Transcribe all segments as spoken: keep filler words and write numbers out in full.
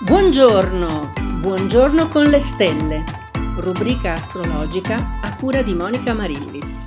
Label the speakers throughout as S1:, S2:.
S1: Buongiorno, buongiorno con le stelle, rubrica astrologica a cura di Monica Marillis.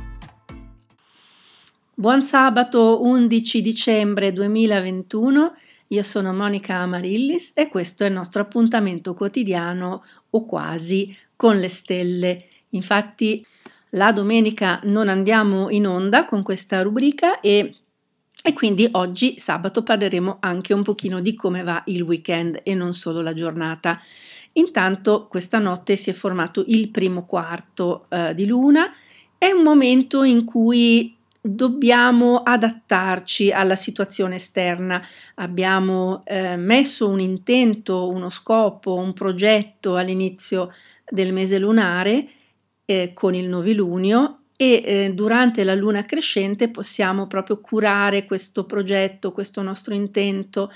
S1: Buon sabato undici dicembre duemilaventuno, io sono Monica Marillis e questo è il nostro appuntamento quotidiano o quasi con le stelle. Infatti la domenica non andiamo in onda con questa rubrica e E quindi oggi sabato parleremo anche un pochino di come va il weekend e non solo la giornata. Intanto questa notte si è formato il primo quarto eh, di luna, è un momento in cui dobbiamo adattarci alla situazione esterna. Abbiamo eh, messo un intento, uno scopo, un progetto all'inizio del mese lunare eh, con il novilunio e eh, durante la luna crescente possiamo proprio curare questo progetto, questo nostro intento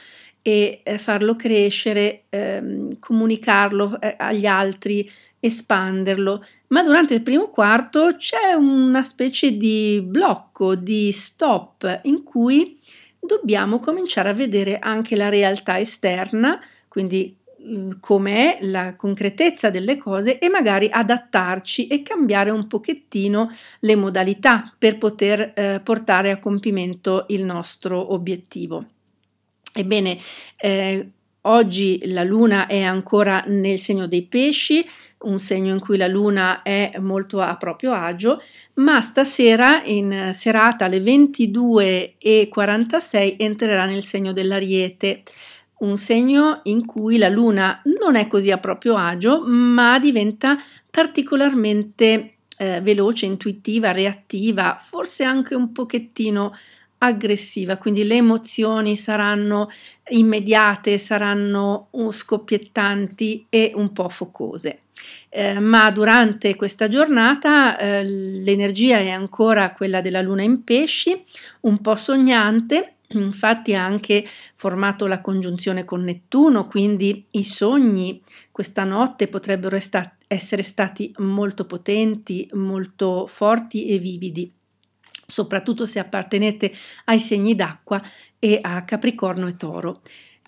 S1: e eh, farlo crescere, ehm, comunicarlo eh, agli altri, espanderlo. Ma durante il primo quarto c'è una specie di blocco, di stop in cui dobbiamo cominciare a vedere anche la realtà esterna, quindi com'è la concretezza delle cose e magari adattarci e cambiare un pochettino le modalità per poter eh, portare a compimento il nostro obiettivo. Ebbene, eh, oggi la luna è ancora nel segno dei pesci, un segno in cui la luna è molto a proprio agio, ma stasera in serata alle ventidue e quarantasei entrerà nel segno dell'Ariete, un segno in cui la luna non è così a proprio agio, ma diventa particolarmente eh, veloce, intuitiva, reattiva, forse anche un pochettino aggressiva, quindi le emozioni saranno immediate, saranno uh, scoppiettanti e un po' focose. Eh, ma durante questa giornata eh, l'energia è ancora quella della luna in pesci, un po' sognante. Infatti ha anche formato la congiunzione con Nettuno, quindi i sogni questa notte potrebbero esta- essere stati molto potenti, molto forti e vividi, soprattutto se appartenete ai segni d'acqua e a Capricorno e Toro.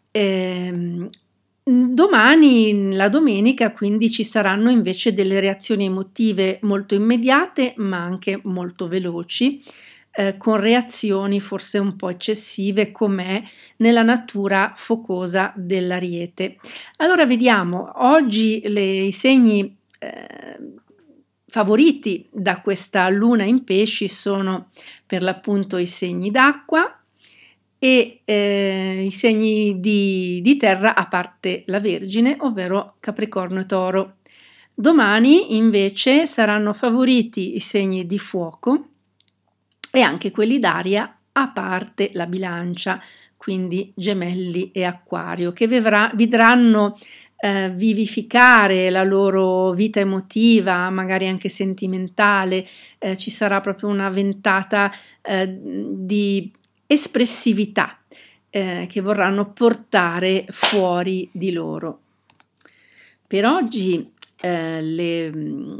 S1: Ehm, Domani, la domenica, quindi ci saranno invece delle reazioni emotive molto immediate, ma anche molto veloci, eh, con reazioni forse un po' eccessive, com'è nella natura focosa dell'Ariete. Allora vediamo, oggi le, i segni eh, favoriti da questa luna in pesci sono per l'appunto i segni d'acqua e eh, i segni di, di terra, a parte la Vergine, ovvero Capricorno e Toro. Domani invece saranno favoriti i segni di fuoco e anche quelli d'aria, a parte la Bilancia, quindi Gemelli e Acquario, che vedrà, vedranno eh, vivificare la loro vita emotiva, magari anche sentimentale. Eh, ci sarà proprio una ventata eh, di espressività eh, che vorranno portare fuori di loro. Per oggi eh, le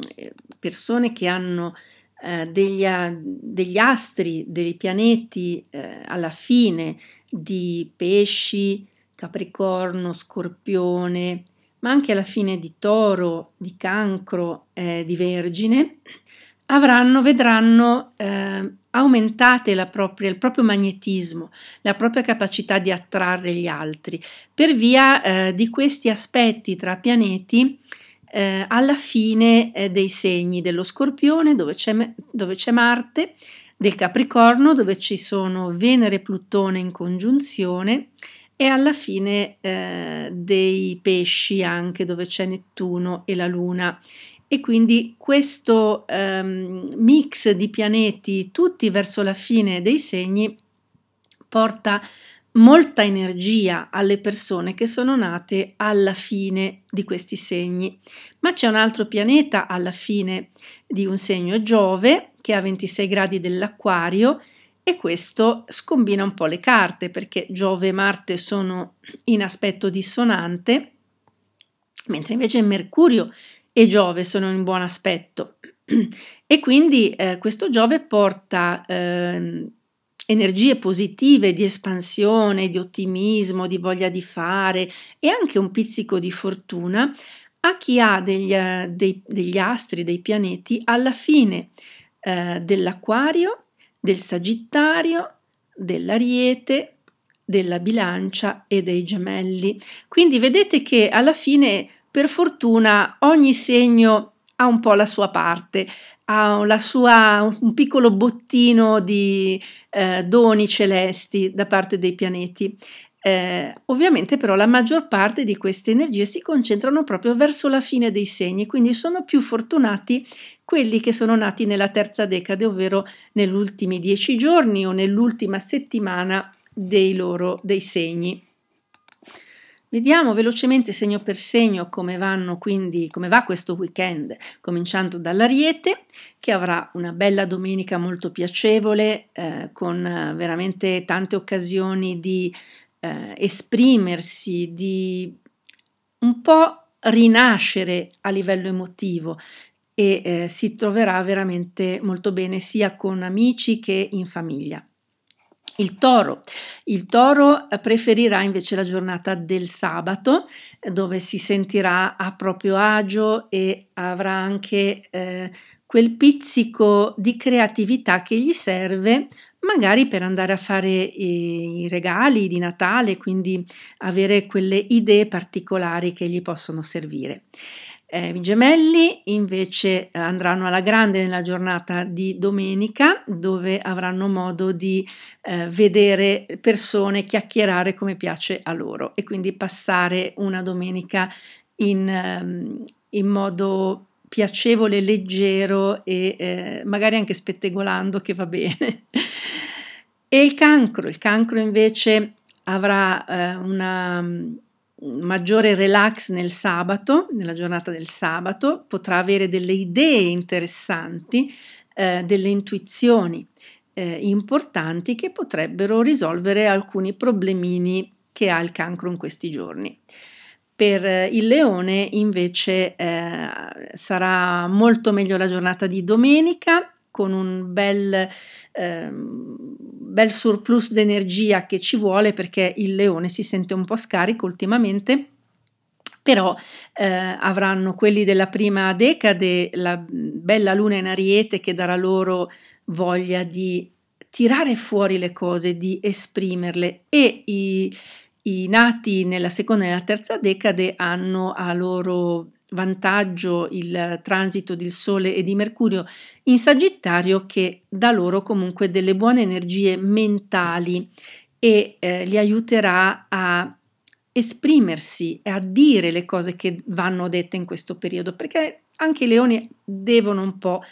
S1: persone che hanno eh, degli, degli astri, dei pianeti eh, alla fine di Pesci, Capricorno, Scorpione, ma anche alla fine di Toro, di Cancro, eh, di Vergine, avranno, vedranno eh, aumentate la propria, il proprio magnetismo, la propria capacità di attrarre gli altri, per via eh, di questi aspetti tra pianeti eh, alla fine eh, dei segni dello Scorpione, dove c'è, dove c'è Marte, del Capricorno, dove ci sono Venere e Plutone in congiunzione, e alla fine eh, dei Pesci anche, dove c'è Nettuno e la Luna. E quindi questo um, mix di pianeti tutti verso la fine dei segni porta molta energia alle persone che sono nate alla fine di questi segni. Ma c'è un altro pianeta alla fine di un segno, Giove, che ha ventisei gradi dell'Acquario, e questo scombina un po' le carte, perché Giove e Marte sono in aspetto dissonante, mentre invece Mercurio e Giove sono in buon aspetto, e quindi eh, questo Giove porta eh, energie positive di espansione, di ottimismo, di voglia di fare e anche un pizzico di fortuna a chi ha degli, eh, dei- degli astri, dei pianeti alla fine eh, dell'Acquario, del Sagittario, dell'Ariete, della Bilancia e dei Gemelli. Quindi vedete che alla fine, per fortuna, ogni segno ha un po' la sua parte, ha la sua, un piccolo bottino di eh, doni celesti da parte dei pianeti. Eh, ovviamente però la maggior parte di queste energie si concentrano proprio verso la fine dei segni, quindi sono più fortunati quelli che sono nati nella terza decade, ovvero negli ultimi dieci giorni o nell'ultima settimana dei loro dei segni. Vediamo velocemente segno per segno come vanno quindi come va questo weekend, cominciando dall'Ariete, che avrà una bella domenica molto piacevole, eh, con eh, veramente tante occasioni di eh, esprimersi, di un po' rinascere a livello emotivo e eh, si troverà veramente molto bene sia con amici che in famiglia. Il Toro. Il Toro preferirà invece la giornata del sabato, dove si sentirà a proprio agio e avrà anche eh, quel pizzico di creatività che gli serve magari per andare a fare i, i regali di Natale, quindi avere quelle idee particolari che gli possono servire. Eh, I gemelli invece andranno alla grande nella giornata di domenica, dove avranno modo di eh, vedere persone, chiacchierare come piace a loro e quindi passare una domenica in, ehm, in modo piacevole, leggero e eh, magari anche spettegolando, che va bene. E il cancro, il cancro invece avrà eh, una un maggiore relax nel sabato, nella giornata del sabato, potrà avere delle idee interessanti, eh, delle intuizioni eh, importanti che potrebbero risolvere alcuni problemini che ha il cancro in questi giorni. Per eh, il leone invece eh, sarà molto meglio la giornata di domenica, con un bel, eh, bel surplus d'energia che ci vuole, perché il leone si sente un po' scarico ultimamente, però eh, avranno quelli della prima decade la bella luna in Ariete che darà loro voglia di tirare fuori le cose, di esprimerle, e i, i nati nella seconda e nella terza decade hanno a loro vantaggio il transito del Sole e di Mercurio in Sagittario, che dà loro comunque delle buone energie mentali e eh, li aiuterà a esprimersi e a dire le cose che vanno dette in questo periodo, perché anche i leoni devono un po'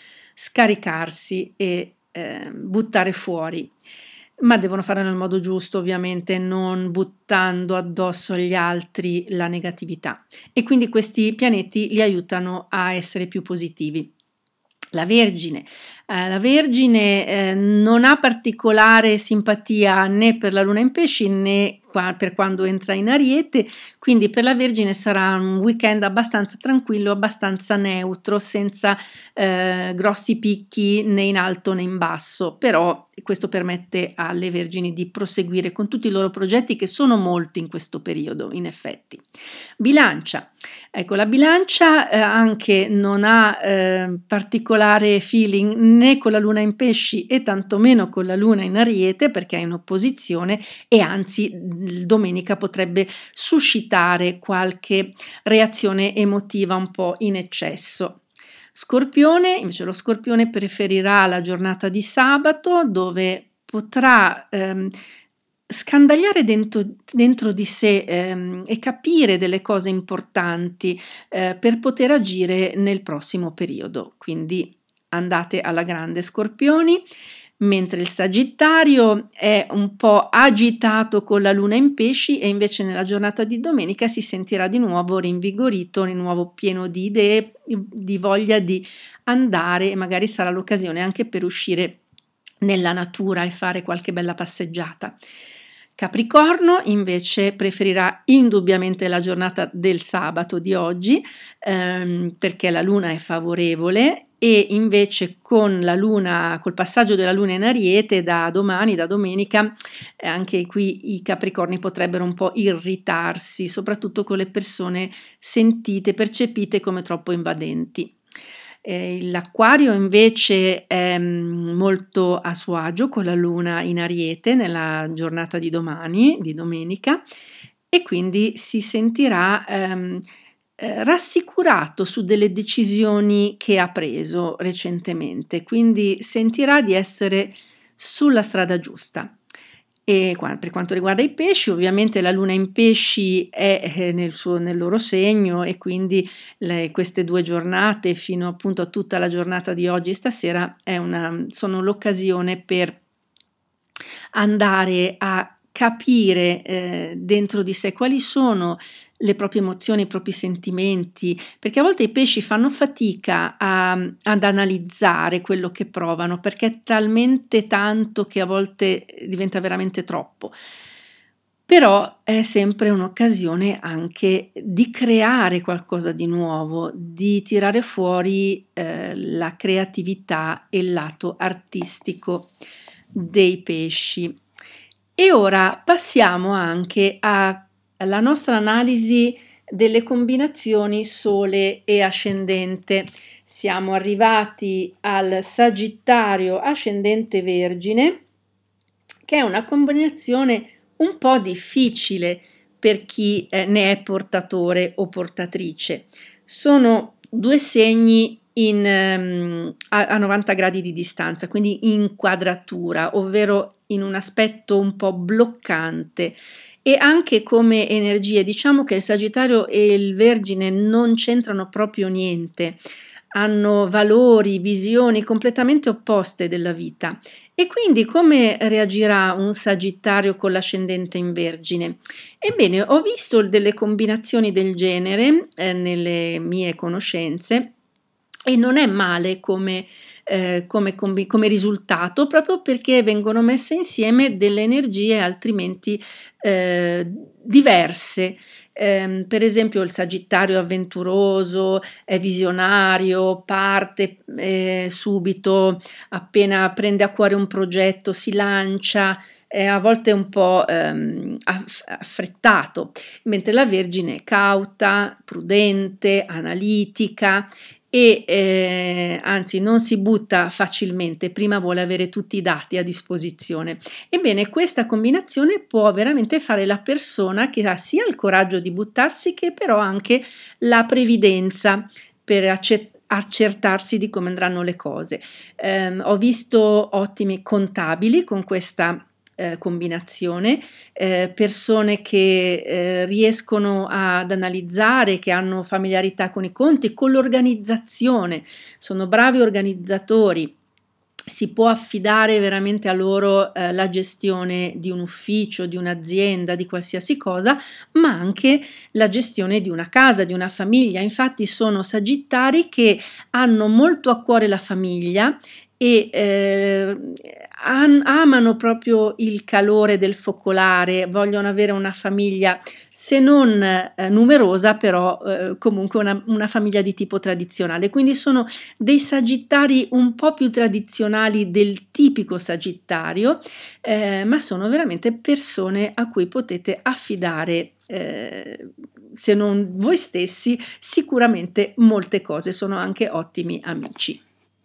S1: scaricarsi e eh, buttare fuori, ma devono farlo nel modo giusto, ovviamente, non buttando addosso agli altri la negatività. E quindi questi pianeti li aiutano a essere più positivi. La Vergine. Eh, la Vergine eh, non ha particolare simpatia né per la Luna in Pesci né qua, per quando entra in Ariete, quindi per la Vergine sarà un weekend abbastanza tranquillo, abbastanza neutro, senza eh, grossi picchi né in alto né in basso, però questo permette alle Vergini di proseguire con tutti i loro progetti, che sono molti in questo periodo, in effetti. Bilancia. Ecco, la Bilancia eh, anche non ha eh, particolare feeling né con la Luna in Pesci e tantomeno con la Luna in Ariete, perché è in opposizione, e anzi domenica potrebbe suscitare qualche reazione emotiva un po' in eccesso. Scorpione, invece lo Scorpione preferirà la giornata di sabato, dove potrà ehm, scandagliare dentro, dentro di sé ehm, e capire delle cose importanti eh, per poter agire nel prossimo periodo. Quindi andate alla grande, Scorpioni. Mentre il Sagittario è un po' agitato con la Luna in Pesci, e invece nella giornata di domenica si sentirà di nuovo rinvigorito, di nuovo pieno di idee, di voglia di andare, e magari sarà l'occasione anche per uscire nella natura e fare qualche bella passeggiata. Capricorno invece preferirà indubbiamente la giornata del sabato di oggi, ehm, perché la luna è favorevole e invece con la luna, col passaggio della luna in Ariete da domani, da domenica, eh, anche qui i Capricorni potrebbero un po' irritarsi, soprattutto con le persone sentite, percepite come troppo invadenti. Eh, l'Acquario invece è molto a suo agio con la luna in Ariete nella giornata di domani, di domenica, e quindi si sentirà ehm, eh, rassicurato su delle decisioni che ha preso recentemente, quindi sentirà di essere sulla strada giusta. E per quanto riguarda i pesci, ovviamente la luna in pesci è nel, suo, nel loro segno, e quindi le, queste due giornate fino appunto a tutta la giornata di oggi e stasera è una, sono l'occasione per andare a capire eh, dentro di sé quali sono le proprie emozioni, i propri sentimenti, perché a volte i pesci fanno fatica a, ad analizzare quello che provano, perché è talmente tanto che a volte diventa veramente troppo. Però è sempre un'occasione anche di creare qualcosa di nuovo, di tirare fuori eh, la creatività e il lato artistico dei pesci. E ora passiamo anche a la nostra analisi delle combinazioni Sole e Ascendente. Siamo arrivati al Sagittario Ascendente Vergine, che è una combinazione un po' difficile per chi eh, ne è portatore o portatrice. Sono due segni in, um, a, a novanta gradi di distanza, quindi in quadratura, ovvero in un aspetto un po' bloccante. E anche come energie, diciamo che il Sagittario e il Vergine non c'entrano proprio niente, hanno valori, visioni completamente opposte della vita. E quindi come reagirà un Sagittario con l'ascendente in Vergine? Ebbene, ho visto delle combinazioni del genere eh, nelle mie conoscenze, e non è male come, eh, come, come, come risultato, proprio perché vengono messe insieme delle energie altrimenti eh, diverse. Eh, per esempio il Sagittario avventuroso, è visionario, parte eh, subito, appena prende a cuore un progetto si lancia, è a volte un po' ehm, affrettato, mentre la Vergine è cauta, prudente, analitica e eh, anzi non si butta facilmente, prima vuole avere tutti i dati a disposizione. Ebbene, questa combinazione può veramente fare la persona che ha sia il coraggio di buttarsi che però anche la previdenza per accettare accertarsi di come andranno le cose. Eh, ho visto ottimi contabili con questa eh, combinazione, eh, persone che eh, riescono ad analizzare, che hanno familiarità con i conti, con l'organizzazione, sono bravi organizzatori. Si può affidare veramente a loro eh, la gestione di un ufficio, di un'azienda, di qualsiasi cosa, ma anche la gestione di una casa, di una famiglia. Infatti sono Sagittari che hanno molto a cuore la famiglia e eh, am- amano proprio il calore del focolare, vogliono avere una famiglia se non eh, numerosa, però eh, comunque una, una famiglia di tipo tradizionale. Quindi sono dei Sagittari un po' più tradizionali del tipico Sagittario, eh, ma sono veramente persone a cui potete affidare, eh, se non voi stessi, sicuramente molte cose. Sono anche ottimi amici.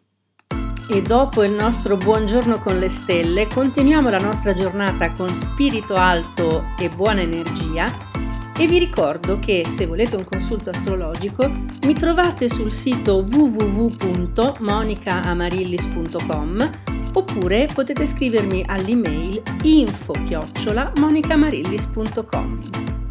S1: E dopo il nostro buongiorno con le stelle, continuiamo la nostra giornata con spirito alto e buona energia, e vi ricordo che se volete un consulto astrologico mi trovate sul sito w w w punto monica amarillis punto com oppure potete scrivermi all'email info chiocciola monica amarillis punto com.